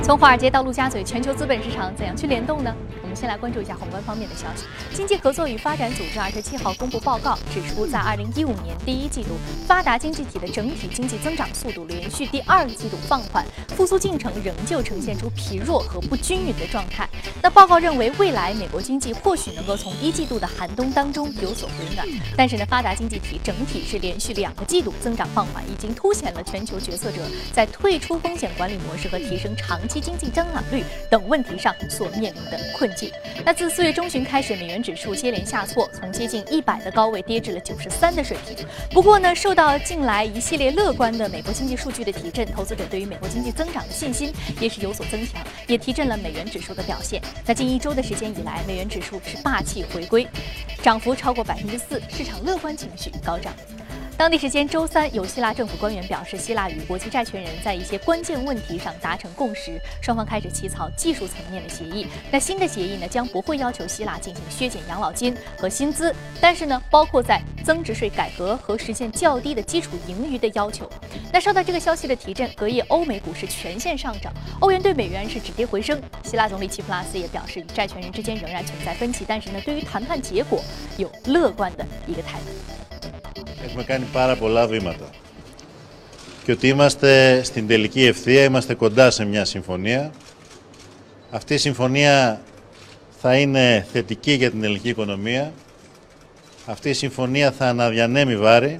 从华尔街到陆家嘴，全球资本市场怎样去联动呢？我们先来关注一下宏观方面的消息。经济合作与发展组织27号公布报告，指出在2015年第一季度，发达经济体的整体经济增长速度连续第2个季度放缓，复苏进程仍旧呈现出疲弱和不均匀的状态。那报告认为，未来美国经济或许能够从1季度的寒冬当中有所回暖，但是呢，发达经济体整体是连续2个季度增长放缓，已经凸显了全球决策者在退出风险管理模式和提升长期经济增长率等问题上所面临的困境。那自4月中旬开始，美元指数接连下挫，从接近100的高位跌至了93的水平。不过呢，受到近来一系列乐观的美国经济数据的提振，投资者对于美国经济增长的信心也是有所增强，也提振了美元指数的表现。那近1周的时间以来，美元指数是霸气回归，涨幅超过4%，市场乐观情绪高涨。当地时间周3，有希腊政府官员表示，希腊与国际债权人在一些关键问题上达成共识，双方开始起草技术层面的协议。那新的协议呢，将不会要求希腊进行削减养老金和薪资，但是呢，包括在增值税改革和实现较低的基础盈余的要求。那受到这个消息的提振，隔夜欧美股市全线上涨，欧元对美元是止跌回升。希腊总理齐普拉斯也表示，与债权人之间仍然存在分歧，但是呢，对于谈判结果有乐观的一个态度。 Έχουμε κάνει πάρα πολλά βήματα και ότι είμαστε στην τελική ευθεία, είμαστε κοντά σε μια συμφωνία. Αυτή η συμφωνία θα είναι θετική για την ελληνική οικονομία. Αυτή η συμφωνία θα αναδιανέμει βάρη.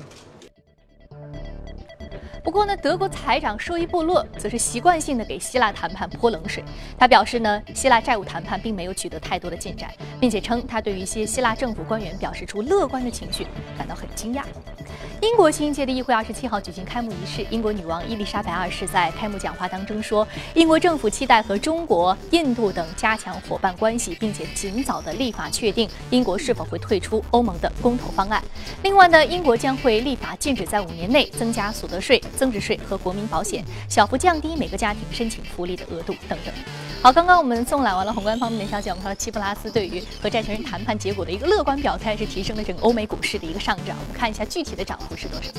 不过呢，德国财长舍伊布勒则是习惯性的给希腊谈判泼冷水。他表示呢，希腊债务谈判并没有取得太多的进展，并且称他对于一些希腊政府官员表示出乐观的情绪感到很惊讶。英国新一届的议会27号举行开幕仪式，英国女王伊丽莎白2世在开幕讲话当中说，英国政府期待和中国、印度等加强伙伴关系，并且尽早的立法确定英国是否会退出欧盟的公投方案。另外呢，英国将会立法禁止在5年内增加所得税、增值税和国民保险，小幅降低每个家庭申请福利的额度等等。好，刚刚我们纵览完了宏观方面的消息，我们看到齐普拉斯对于和债权人谈判结果的一个乐观表态，是提升了整个欧美股市的一个上涨。我们看一下具体的涨幅是多少。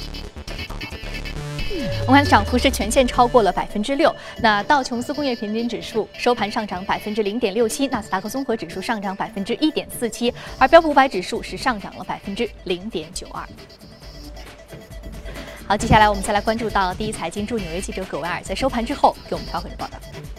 我们看涨幅是全线超过了6%。那道琼斯工业平均指数收盘上涨0.67%，纳斯达克综合指数上涨1.47%，而标普500指数是上涨了0.92%。好，接下来我们再来关注到第一财经驻纽约记者葛维尔在收盘之后给我们发回的报道。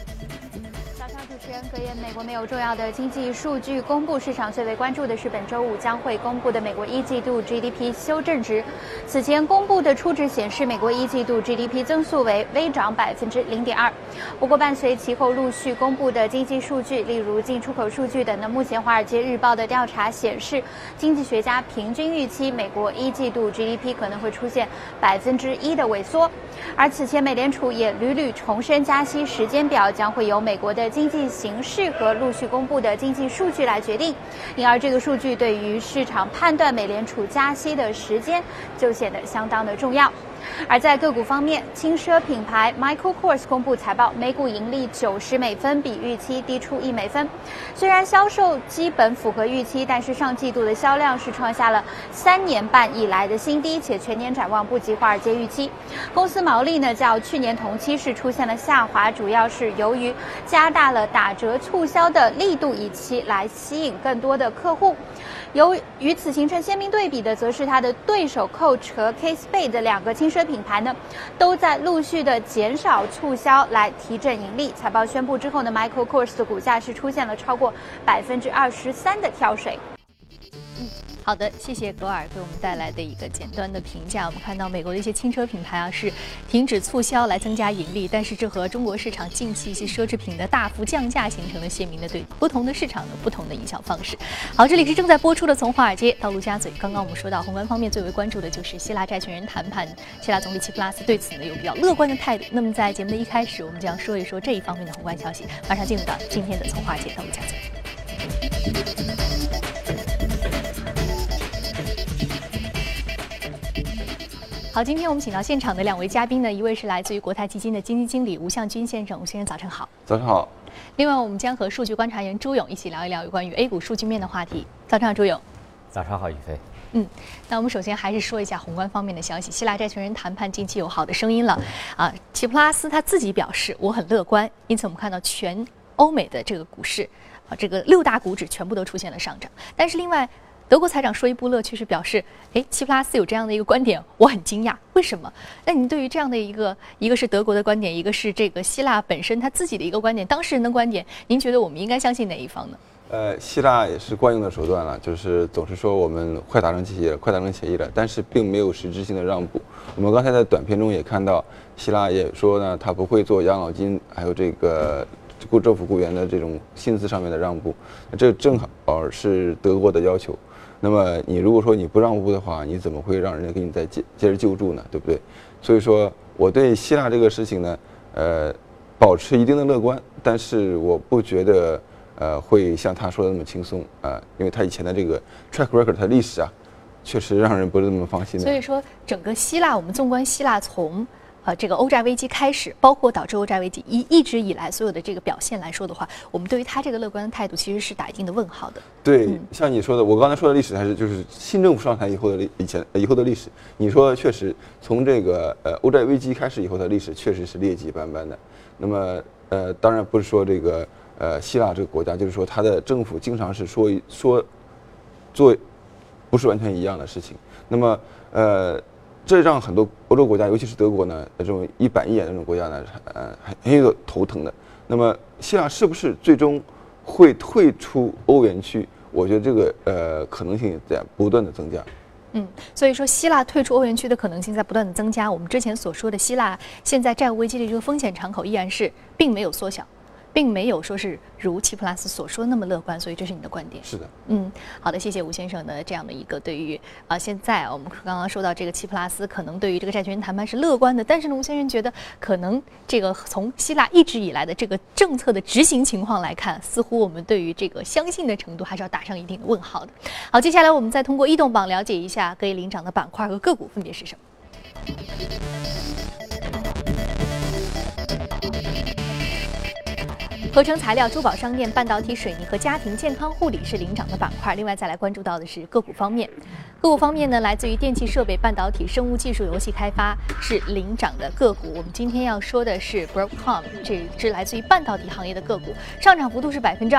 隔夜，美国没有重要的经济数据公布，市场最为关注的是本周5将会公布的美国1季度 GDP 修正值。此前公布的初值显示，美国1季度 GDP 增速为微涨0.2%。不过，伴随其后陆续公布的经济数据，例如进出口数据等的，目前《华尔街日报》的调查显示，经济学家平均预期美国1季度 GDP 可能会出现1%的萎缩。而此前美联储也屡屡重申加息时间表将会由美国的经济形势和陆续公布的经济数据来决定，因而这个数据对于市场判断美联储加息的时间就显得相当的重要。而在个股方面，轻奢品牌 Michael Kors 公布财报，每股盈利90美分，比预期低出1美分。虽然销售基本符合预期，但是上季度的销量是创下了3年半以来的新低，且全年展望不及华尔街预期。公司毛利呢，较去年同期是出现了下滑，主要是由于加大了打折促销的力度，以期来吸引更多的客户。与此形成鲜明对比的，则是它的对手 Coach 和 Kate Spade 的2个轻奢品牌呢，都在陆续的减少促销来提振盈利。财报宣布之后呢 ，Michael Kors 的股价是出现了超过23%的跳水。 好的，谢谢格尔给我们带来的一个简单的评价。我们看到美国的一些轻车品牌是停止促销来增加盈利，但是这和中国市场近期一些奢侈品的大幅降价形成了鲜明的对比，不同的市场有不同的营销方式。好，这里是正在播出的从华尔街到陆家嘴。刚刚我们说到宏观方面最为关注的就是希腊债权人谈判，希腊总理齐普拉斯对此呢有比较乐观的态度。那么在节目的一开始，我们将说一说这一方面的宏观消息，马上进入到今天的从华尔街到陆家嘴。好，今天我们请到现场的2位嘉宾呢，一位是来自于国泰基金的基金经理吴向军先生，吴先生早晨好。 早晨好。 另外，我们将和数据观察员朱勇一起聊一聊有关于 A 股数据面的话题。早上好，朱勇。 早上好，宇飞。 那我们首先还是说一下宏观方面的消息。希腊债权人谈判近期有好的声音了啊，齐普拉斯他自己表示我很乐观，因此我们看到全欧美的这个股市啊，这个6大股指全部都出现了上涨。但是另外，德国财长说伊布勒却是表示，齐普拉斯有这样的一个观点，我很惊讶，为什么？那您对于这样的一个是德国的观点，一个是这个希腊本身他自己的一个观点，当事人的观点，您觉得我们应该相信哪一方呢？ 希腊也是惯用的手段了，就是总是说我们快达成协议了，但是并没有实质性的让步。我们刚才在短片中也看到，希腊也说呢，他不会做养老金还有这个政府雇员的这种薪资上面的让步，这正好是德国的要求。那么你如果说你不让步的话，你怎么会让人家给你再接着救助呢？对不对？所以说我对希腊这个事情呢，保持一定的乐观，但是我不觉得会像他说的那么轻松啊，因为他以前的这个 track record， 他历史啊，确实让人不是那么放心的。 所以说，整个希腊，我们纵观希腊从这个欧债危机开始，包括导致欧债危机一直以来所有的这个表现来说的话，我们对于他这个乐观的态度其实是打一定的问号的。 对，像你说的，我刚才说的历史还是就是新政府上台以后的以后的历史。你说确实从这个欧债危机开始以后的历史确实是劣迹斑斑的。那么当然不是说这个希腊这个国家，就是说他的政府经常是说做不是完全一样的事情。那么这让很多欧洲国家，尤其是德国呢，这种一板一眼的这种国家呢，很有头疼的。那么希腊是不是最终会退出欧元区？我觉得这个可能性在不断的增加。 所以说希腊退出欧元区的可能性在不断的增加。我们之前所说的希腊现在债务危机的这个风险敞口依然是并没有缩小，并没有说是如齐普拉斯所说那么乐观，所以这是你的观点。 是的， 好的，谢谢吴先生的这样的一个对于现在我们刚刚说到这个齐普拉斯可能对于这个债权人谈判是乐观的，但是呢，吴先生觉得可能这个从希腊一直以来的这个政策的执行情况来看，似乎我们对于这个相信的程度还是要打上一定的问号的。好，接下来我们再通过异动榜了解一下可以领涨的板块和个股分别是什么。合成材料、珠宝商店、半导体、水泥和家庭健康护理是领涨的板块。另外再来关注到的是个股方面，个股方面呢，来自于电气设备、半导体、生物技术、游戏开发是领涨的个股。我们今天要说的是 Broadcom， 这是来自于半导体行业的个股，上涨幅度是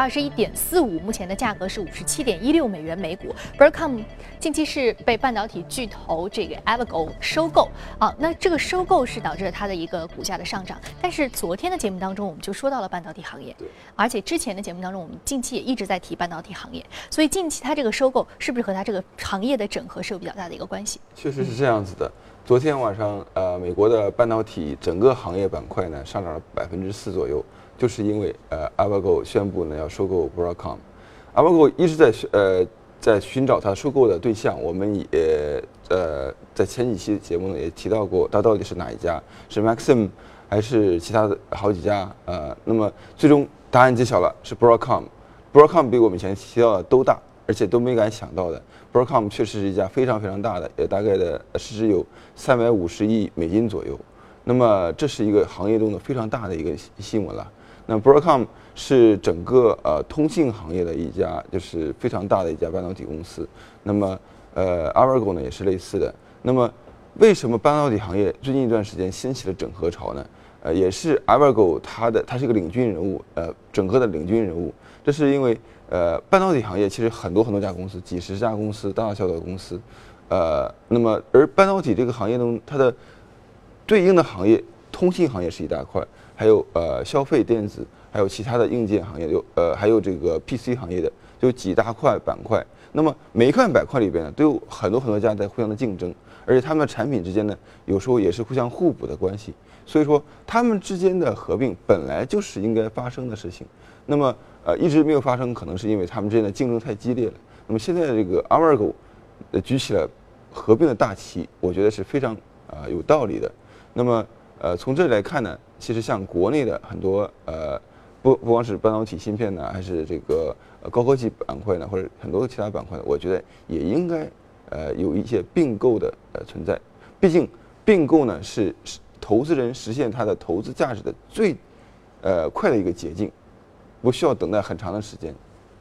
21.45%，目前的价格是57.16美元每股。Broadcom 近期是被半导体巨头这个 Avago 收购那这个收购是导致了它的一个股价的上涨。但是昨天的节目当中，我们就说到了半导体行业。而且之前的节目当中，我们近期也一直在提半导体行业，所以近期它这个收购是不是和它这个行业的整合是有比较大的一个关系？ 确实是这样子的。昨天晚上，美国的半导体整个行业板块呢上涨了4%左右，就是因为Avago 宣布呢要收购 Broadcom。Avago 一直在寻找它收购的对象，我们也在前几期节目呢也提到过，它到底是哪一家？是 Maxim 还是其他的好几家？那么最终答案揭晓了，是 Broadcom。Broadcom 比我们以前提到的都大，而且都没敢想到的。Broadcom 确实是一家非常非常大的，也大概的市值有350亿美金左右。那么这是一个行业中的非常大的一个新闻了。那 Broadcom 是整个通信行业的一家就是非常大的一家半导体公司。那么Avago 呢也是类似的。那么为什么半导体行业最近一段时间掀起了整合潮呢？也是 Avago 它是一个领军人物，整个的领军人物。这是因为半导体行业其实很多家公司，几十家公司，大小的公司。那么而半导体这个行业中，它的对应的行业，通信行业是一大块，还有消费电子，还有其他的硬件行业，还有这个 PC 行业的，就几大块板块。那么每一块板块里边呢，都有很多家在互相的竞争，而且他们的产品之间呢，有时候也是互相互补的关系。所以说，他们之间的合并本来就是应该发生的事情。那么一直没有发生，可能是因为他们之间的竞争太激烈了。那么现在这个 Avago 举起了合并的大旗，我觉得是非常有道理的。那么从这里来看呢，其实像国内的很多不光是半导体芯片呢，还是这个高科技板块呢，或者很多其他板块呢，我觉得也应该有一些并购的存在。毕竟并购呢是投资人实现他的投资价值的最快的一个捷径，不需要等待很长的时间。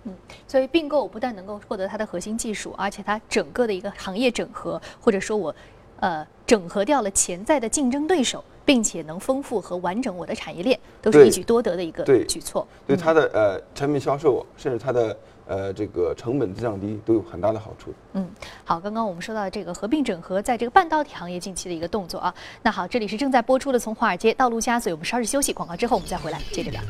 所以并购不但能够获得它的核心技术，而且它整个的一个行业整合，或者说我整合掉了潜在的竞争对手，并且能丰富和完整我的产业链，都是一举多得的一个举措。 对它的产品销售，甚至它的这个成本降低都有很大的好处。 好，刚刚我们说到这个合并整合，在这个半导体行业近期的一个动作啊。那好，这里是正在播出的《从华尔街到陆家嘴》，我们稍事休息，广告之后我们再回来接着聊。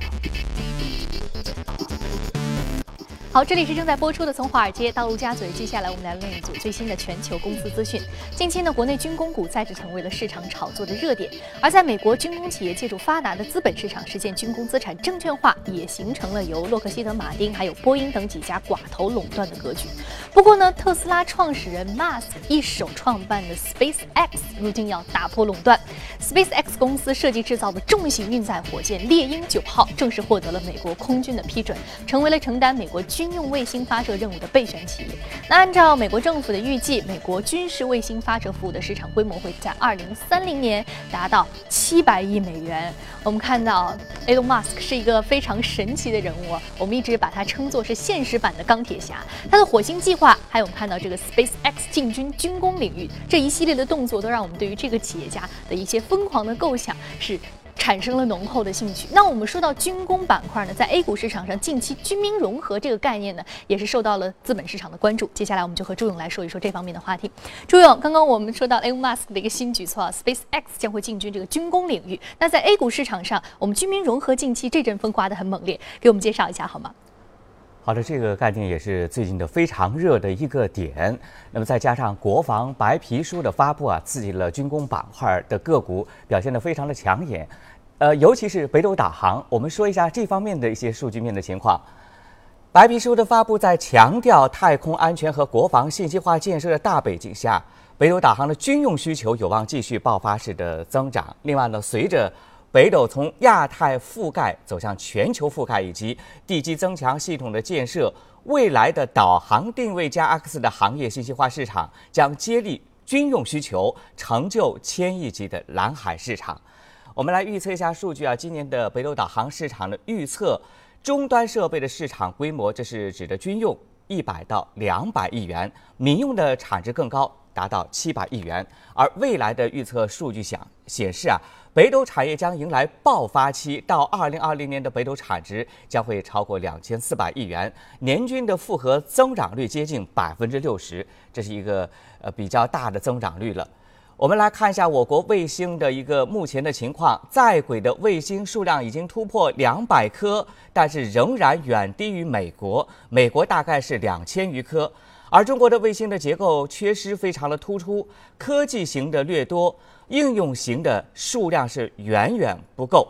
好，这里是正在播出的《从华尔街到陆家嘴》，接下来我们来论一组最新的全球公司资讯。近期呢，国内军工股再次成为了市场炒作的热点，而在美国，军工企业借助发达的资本市场实现军工资产证券化，也形成了由洛克希德马丁还有波音等几家寡头垄断的格局。不过呢，特斯拉创始人 Musk 一手创办的 SpaceX 如今要打破垄断。SpaceX 公司设计制造的重型运载火箭猎鹰9号正式获得了美国空军的批准，成为了承担美国军用卫星发射任务的备选企业。那按照美国政府的预计，美国军事卫星发射服务的市场规模会在2030年达到700亿美元。我们看到 Elon Musk 是一个非常神奇的人物，我们一直把他称作是现实版的钢铁侠。他的火星计划，还有我们看到这个 SpaceX 进军军工领域，这一系列的动作都让我们对于这个企业家的一些疯狂的构想是产生了浓厚的兴趣。那我们说到军工板块呢，在 A 股市场上，近期军民融合这个概念呢，也是受到了资本市场的关注。接下来我们就和朱勇来说一说这方面的话题。朱勇，刚刚我们说到 Elon Musk 的一个新举措，SpaceX 将会进军这个军工领域。那在 A 股市场上，我们军民融合近期这阵风刮得很猛烈，给我们介绍一下好吗？ 好的，这个概念也是最近的非常热的一个点。那么再加上国防白皮书的发布啊，刺激了军工板块的个股表现得非常的抢眼。尤其是北斗导航，我们说一下这方面的一些数据面的情况。白皮书的发布在强调太空安全和国防信息化建设的大背景下，北斗导航的军用需求有望继续爆发式的增长。另外呢，随着北斗从亚太覆盖走向全球覆盖，以及地基增强系统的建设，未来的导航定位加 X 的行业信息化市场将接力军用需求，成就1000亿级的蓝海市场。我们来预测一下数据啊，今年的北斗导航市场的预测，终端设备的市场规模，这是指的军用100到200亿元，民用的产值更高，达到700亿元。而未来的预测数据显示啊，北斗产业将迎来爆发期，到2020年的北斗产值将会超过2400亿元，年均的复合增长率接近60%，这是一个比较大的增长率了。我们来看一下我国卫星的一个目前的情况，在轨的卫星数量已经突破200颗，但是仍然远低于美国，美国大概是2000余颗。而中国的卫星的结构缺失非常的突出，科技型的略多，应用型的数量是远远不够。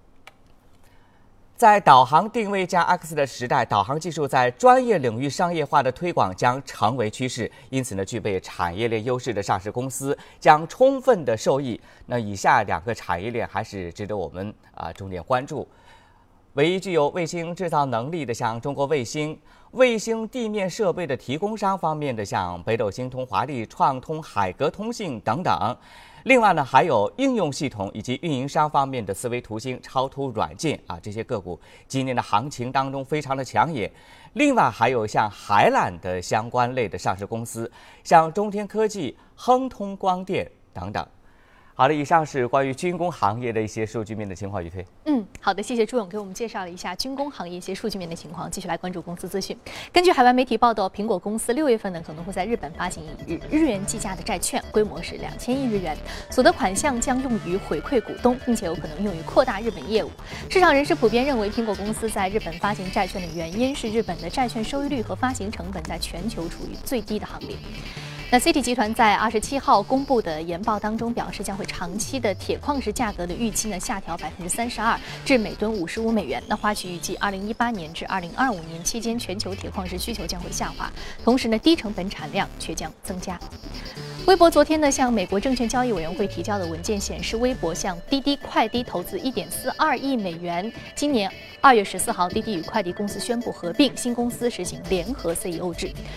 在导航定位加 X 的时代，导航技术在专业领域商业化的推广将成为趋势，因此呢，具备产业链优势的上市公司将充分的受益。那以下2个产业链还是值得我们重点关注。唯一具有卫星制造能力的，像中国卫星；卫星地面设备的提供商方面的，像北斗星通、华丽创通、海格通信等等。另外呢，还有应用系统以及运营商方面的思维图星、超图软件这些个股今年的行情当中非常的抢眼。另外还有像海缆的相关类的上市公司，像中天科技、亨通光电等等。好的，以上是关于军工行业的一些数据面的情况，于飞。 好的，谢谢朱勇给我们介绍了一下军工行业一些数据面的情况。继续来关注公司资讯。根据海外媒体报道，苹果公司6月份呢可能会在日本发行以日元计价的债券，规模是2000亿日元，所得款项将用于回馈股东，并且有可能用于扩大日本业务。市场人士普遍认为，苹果公司在日本发行债券的原因是日本的债券收益率和发行成本在全球处于最低的行列。那 CT 集团在27号公布的研报当中表示，将会长期的铁矿石价格的预期呢下调32%至每吨55美元。那花旗预计2018年至2025年期间，全球铁矿石需求将会下滑，同时呢低成本产量却将增加。微博昨天呢向美国证券交易委员会提交的文件显示，微博向滴滴快滴投资1.42亿美元。今年2月14号，滴滴与快滴公司宣布合并，新公司实行联合 CEO 制。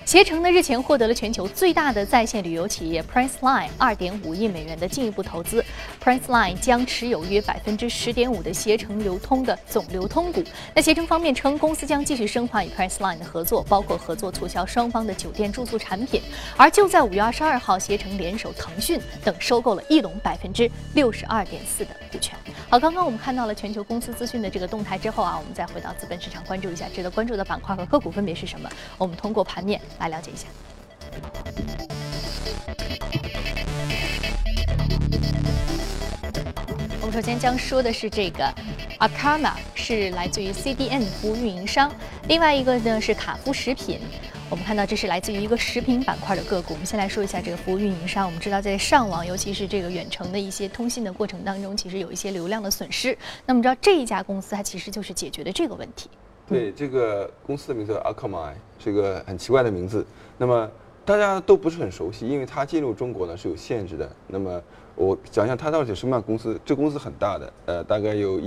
携程呢日前获得了全球最大的在线旅游企业 Priceline 2.5亿美元的进一步投资。Priceline 将持有约10.5%的携程流通的总流通股。那携程方面称，公司将继续深化与 Priceline 的合作，包括合作促销双方的酒店住宿产品。而就在5月22号，携程联手腾讯等收购了翼龙62.4%的股权。好，刚刚我们看到了全球公司资讯的这个动态之后啊，我们再回到资本市场，关注一下值得关注的板块和个股分别是什么？我们通过盘面来了解一下。我们首先将说的是这个 Arkama， 是来自于 CDN 服务运营商，另外一个呢是卡夫食品。我们看到这是来自于一个食品板块的个股。我们先来说一下这个服务运营商。我们知道在上网，尤其是这个远程的一些通信的过程当中，其实有一些流量的损失。那么知道这一家公司它其实就是解决的这个问题。 对，这个公司的名字 Akamai 是个很奇怪的名字。那么大家都不是很熟悉，因为它进入中国呢是有限制的。那么我讲一下它到底是什么样的公司。这公司很大的，大概有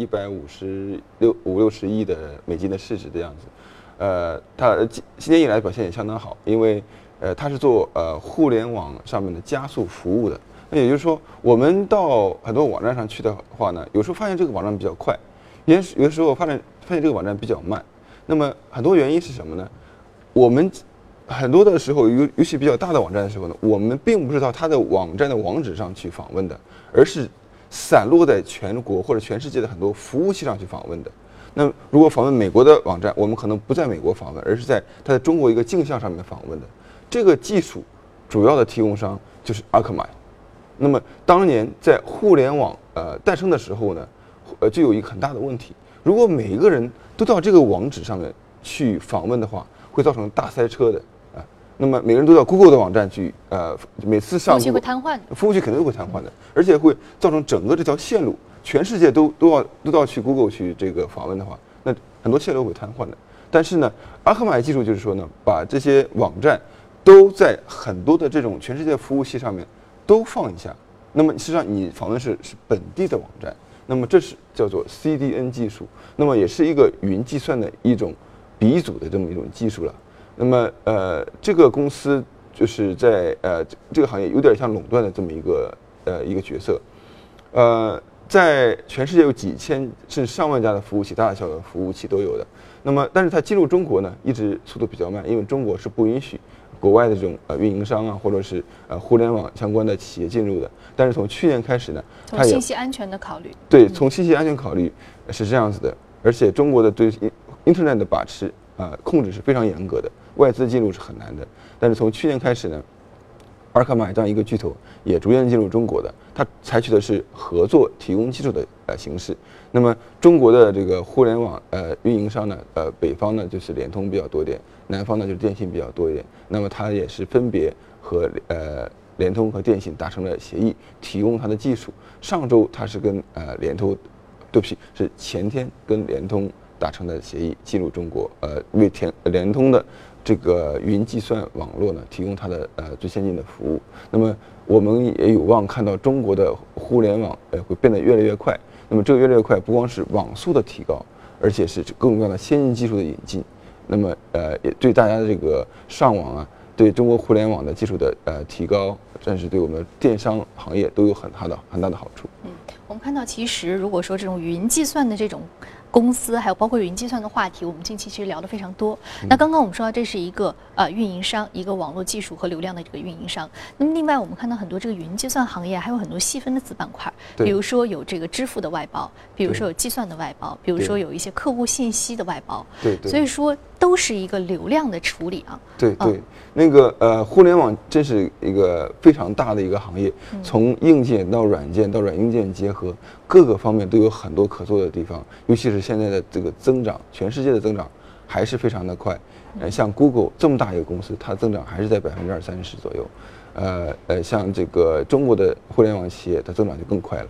150-160亿的美金的市值的样子。它今年以来表现也相当好，因为它是做互联网上面的加速服务的。那也就是说，我们到很多网站上去的话呢，有时候发现这个网站比较快，有的时候发现这个网站比较慢。那么很多原因是什么呢？我们很多的时候，尤其比较大的网站的时候呢，我们并不是到它的网站的网址上去访问的，而是散落在全国或者全世界的很多服务器上去访问的。那如果访问美国的网站，我们可能不在美国访问，而是在它的中国一个镜像上面访问的。这个技术主要的提供商就是 Akamai。那么当年在互联网诞生的时候呢，就有一个很大的问题，如果每一个人都到这个网址上面去访问的话，会造成大塞车的啊。那么每个人都到 Google 的网站去，每次上服务器会瘫痪的， 服务器肯定都会瘫痪的，而且会造成整个这条线路。全世界都要去 Google 去这个访问的话，那很多线路会瘫痪的。但是呢，阿克玛技术就是说呢，把这些网站都在很多的这种全世界服务器上面都放一下。那么实际上你访问是本地的网站，那么这是叫做 CDN 技术，那么也是一个云计算的一种鼻祖的这么一种技术了。那么这个公司就是在这个行业有点像垄断的这么一个角色，在全世界有几千甚至上万家的服务器，大大小小的服务器都有的。那么，但是它进入中国呢，一直速度比较慢，因为中国是不允许国外的这种运营商啊，或者是互联网相关的企业进入的。但是从去年开始呢， 从信息安全的考虑， 对，从信息安全考虑是这样子的。而且中国的对 Internet 的把持控制是非常严格的，外资进入是很难的。但是从去年开始呢，阿卡玛这样一个巨头也逐渐进入中国的，它采取的是合作提供技术的形式。那么中国的这个互联网运营商呢，北方呢就是联通比较多一点，南方呢就是电信比较多一点。那么它也是分别和联通和电信达成了协议，提供它的技术。上周它是跟联通，对不起，是前天跟联通达成的协议进入中国，为联通的这个云计算网络呢，提供它的最先进的服务。那么我们也有望看到中国的互联网会变得越来越快。那么这个越来越快，不光是网速的提高，而且是更重要的先进技术的引进。那么也对大家的这个上网啊，对中国互联网的技术的提高，甚至对我们的电商行业都有很大的好处。 我们看到其实如果说这种云计算的这种公司，还有包括云计算的话题，我们近期其实聊得非常多。那刚刚我们说到这是一个运营商，一个网络技术和流量的这个运营商。那么另外我们看到很多这个云计算行业还有很多细分的子板块，比如说有这个支付的外包，比如说有计算的外包，比如说有一些客户信息的外包。 对， 所以说都是一个流量的处理啊。 对，那个互联网真是一个非常大的一个行业，从硬件到软件到软硬件结合，各个方面都有很多可做的地方，尤其是现在的这个增长，全世界的增长还是非常的快。像 Google 这么大一个公司，它的增长还是在20%-30%左右。像这个中国的互联网企业，它增长就更快了。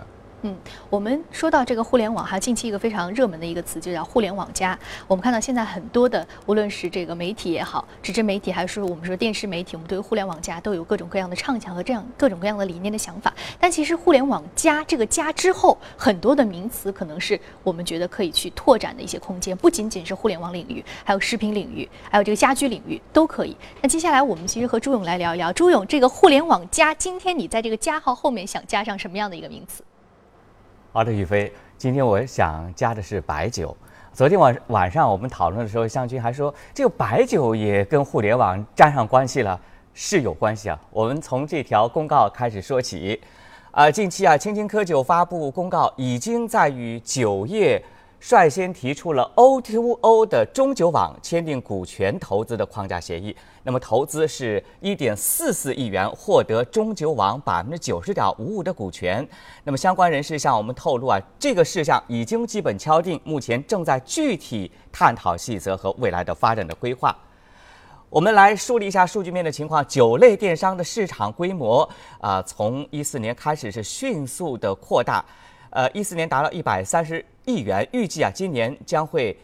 我们说到这个互联网，还有近期一个非常热门的一个词，就叫互联网加。我们看到现在很多的，无论是这个媒体也好，纸质媒体，还是我们说电视媒体，我们对于互联网加都有各种各样的畅想和这样各种各样的理念的想法。但其实互联网加这个加之后，很多的名词可能是我们觉得可以去拓展的一些空间，不仅仅是互联网领域，还有食品领域，还有这个家居领域都可以。那接下来我们其实和朱勇来聊一聊，朱勇，这个互联网加，今天你在这个加号后面想加上什么样的一个名词？ 好的，宇飞，今天我想加的是白酒。昨天晚上我们讨论的时候，向军还说这个白酒也跟互联网沾上关系了，是有关系啊。我们从这条公告开始说起。近期青青稞酒发布公告，已经在与酒业率先提出了 O2O 的中酒网签订股权投资的框架协议。那么投资是1.44亿元，获得中酒网90.55%的股权。那么相关人士向我们透露这个事项已经基本敲定，目前正在具体探讨细则和未来的发展的规划。我们来梳理一下数据面的情况。酒类电商的市场规模从14年开始是迅速的扩大。14年达到130亿元，预计今年将会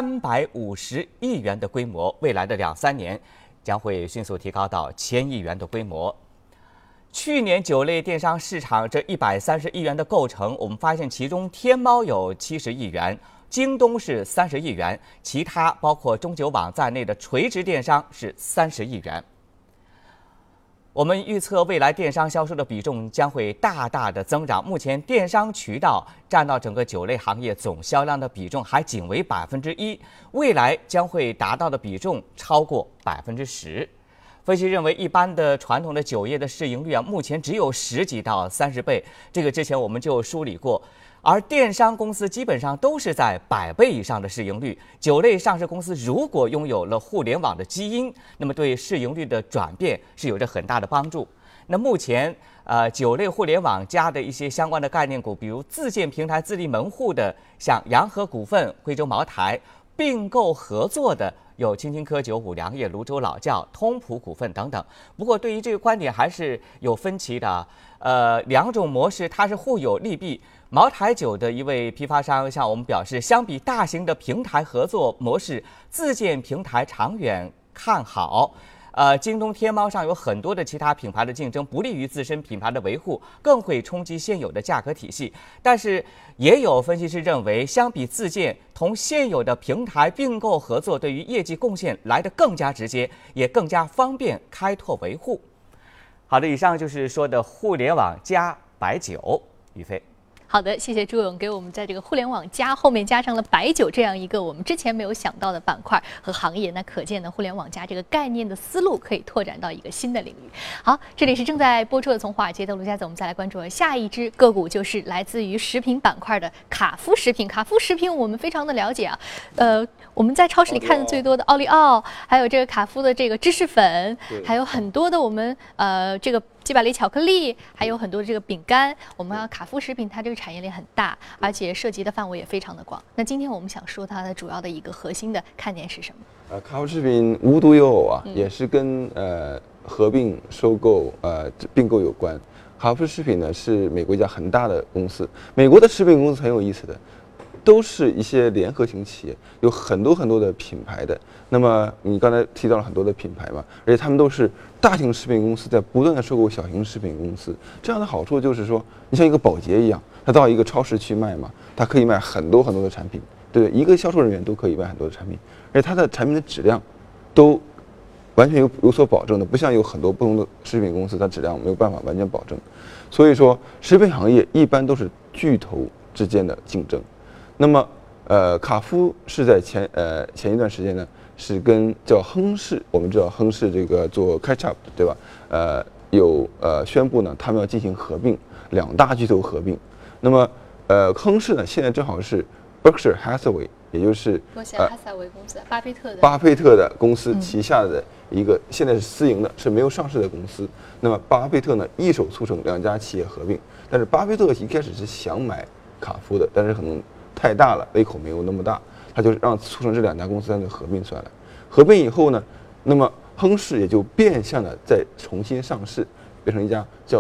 350亿元的规模，未来的2-3年将会迅速提高到1000亿元的规模。去年酒类电商市场这130亿元的构成，我们发现其中天猫有70亿元，京东是30亿元，其他包括中酒网在内的垂直电商是30亿元。我们预测未来电商销售的比重将会大大的增长。目前电商渠道占到整个酒类行业总销量的比重还仅为1%，未来将会达到的比重超过10%。分析认为，一般的传统的酒业的市盈率目前只有10几到30倍，这个之前我们就梳理过。而电商公司基本上都是在100倍以上的市盈率。酒类上市公司如果拥有了互联网的基因，那么对市盈率的转变是有着很大的帮助。那目前酒类互联网加的一些相关的概念股，比如自建平台自立门户的，像洋河股份、贵州茅台，并购合作的有青青稞酒、五粮液、泸州老窖、通普股份等等。不过对于这个观点还是有分歧的。两种模式它是互有利弊。茅台酒的一位批发商向我们表示，相比大型的平台合作模式，自建平台长远看好。京东、天猫上有很多的其他品牌的竞争，不利于自身品牌的维护，更会冲击现有的价格体系。但是也有分析师认为，相比自建，同现有的平台并购合作，对于业绩贡献来得更加直接，也更加方便开拓维护。好的，以上就是说的互联网加白酒。宇飞。 好的，谢谢朱勇给我们在这个互联网加后面加上了白酒这样一个我们之前没有想到的板块和行业，那可见呢，互联网加这个概念的思路可以拓展到一个新的领域。好，这里是正在播出的从华尔街到陆家嘴，我们再来关注下一只个股，就是来自于食品板块的卡夫食品。卡夫食品我们非常的了解我们在超市里看的最多的奥利奥，还有这个卡夫的这个芝士粉，还有很多的我们这个鸡百利巧克力，还有很多的这个饼干。我们卡夫食品它这个产业链很大，而且涉及的范围也非常的广。那今天我们想说它的主要的一个核心的看点是什么？ 卡夫食品无独有偶也是跟合并、收购、并购有关。卡夫食品呢是美国一家很大的公司，美国的食品公司很有意思的。都是一些联合型企业，有很多很多的品牌的。那么你刚才提到了很多的品牌嘛，而且他们都是大型食品公司在不断的收购小型食品公司。这样的好处就是说，你像一个宝洁一样，它到一个超市去卖嘛，它可以卖很多很多的产品，对，一个销售人员都可以卖很多的产品，而且它的产品的质量都完全有所保证的，不像有很多不同的食品公司，它质量没有办法完全保证。所以说，食品行业一般都是巨头之间的竞争。那么，卡夫是在前一段时间呢，是跟叫亨氏，我们知道亨氏这个做 ketchup 对吧？有宣布呢，他们要进行合并，两大巨头合并。那么，亨氏呢，现在正好是 Berkshire Hathaway， 也就是伯克哈撒韦公司， 巴菲特的公司旗下的一个现在是私营的，是没有上市的公司。那么巴菲特呢，一手促成两家企业合并，但是巴菲特一开始是想买卡夫的，但是可能太大了，胃口没有那么大，他就让促成这两家公司在合并出来了。合并以后呢，那么亨氏也就变相的再重新上市，变成一家叫做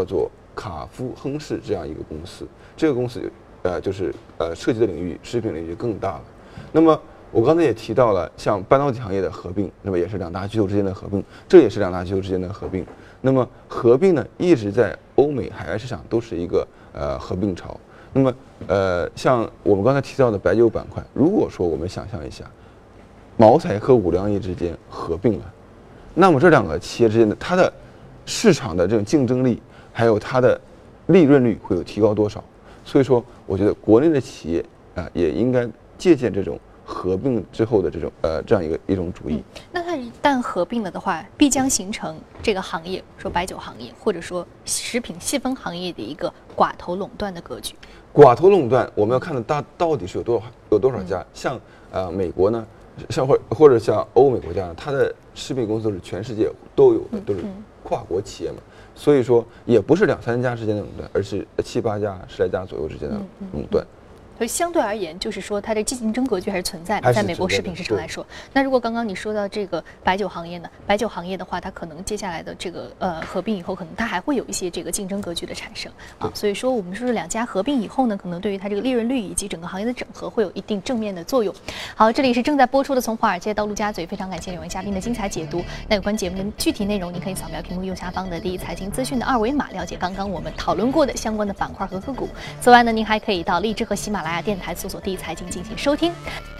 卡夫亨氏这样一个公司，这个公司就是涉及的领域食品领域更大了。那么我刚才也提到了，像半导体行业的合并，那么也是2大巨头之间的合并，这也是2大巨头之间的合并。那么合并呢，一直在欧美海外市场都是一个合并潮。那么像我们刚才提到的白酒板块，如果说我们想象一下，茅台和五粮液之间合并了，那么这2个企业之间的它的市场的这种竞争力，还有它的利润率会有提高多少？所以说，我觉得国内的企业也应该借鉴这种合并之后的这样一种主义。 那它一旦合并了的话，必将形成这个行业，说白酒行业或者说食品细分行业的一个寡头垄断的格局。 寡头垄断，我们要看到底是有多少家？像美国呢，像或者像欧美国家呢，它的食品公司是全世界都有的，都是跨国企业嘛。所以说，也不是2、3家之间的垄断，而是7、8家、10来家左右之间的垄断。 所以相对而言，就是说它的竞争格局还是存在的，在美国食品市场来说。那如果刚刚你说到这个白酒行业呢？白酒行业的话，它可能接下来的这个合并以后，可能它还会有一些这个竞争格局的产生啊。所以说，我们说2家合并以后呢，可能对于它这个利润率以及整个行业的整合会有一定正面的作用。好，这里是正在播出的《从华尔街到陆家嘴》，非常感谢2位嘉宾的精彩解读。那有关节目的具体内容，您可以扫描屏幕右下方的第一财经资讯的2维码，了解刚刚我们讨论过的相关的板块和个股。此外呢，您还可以到荔枝和喜马拉雅电台搜索第一财经进行收听。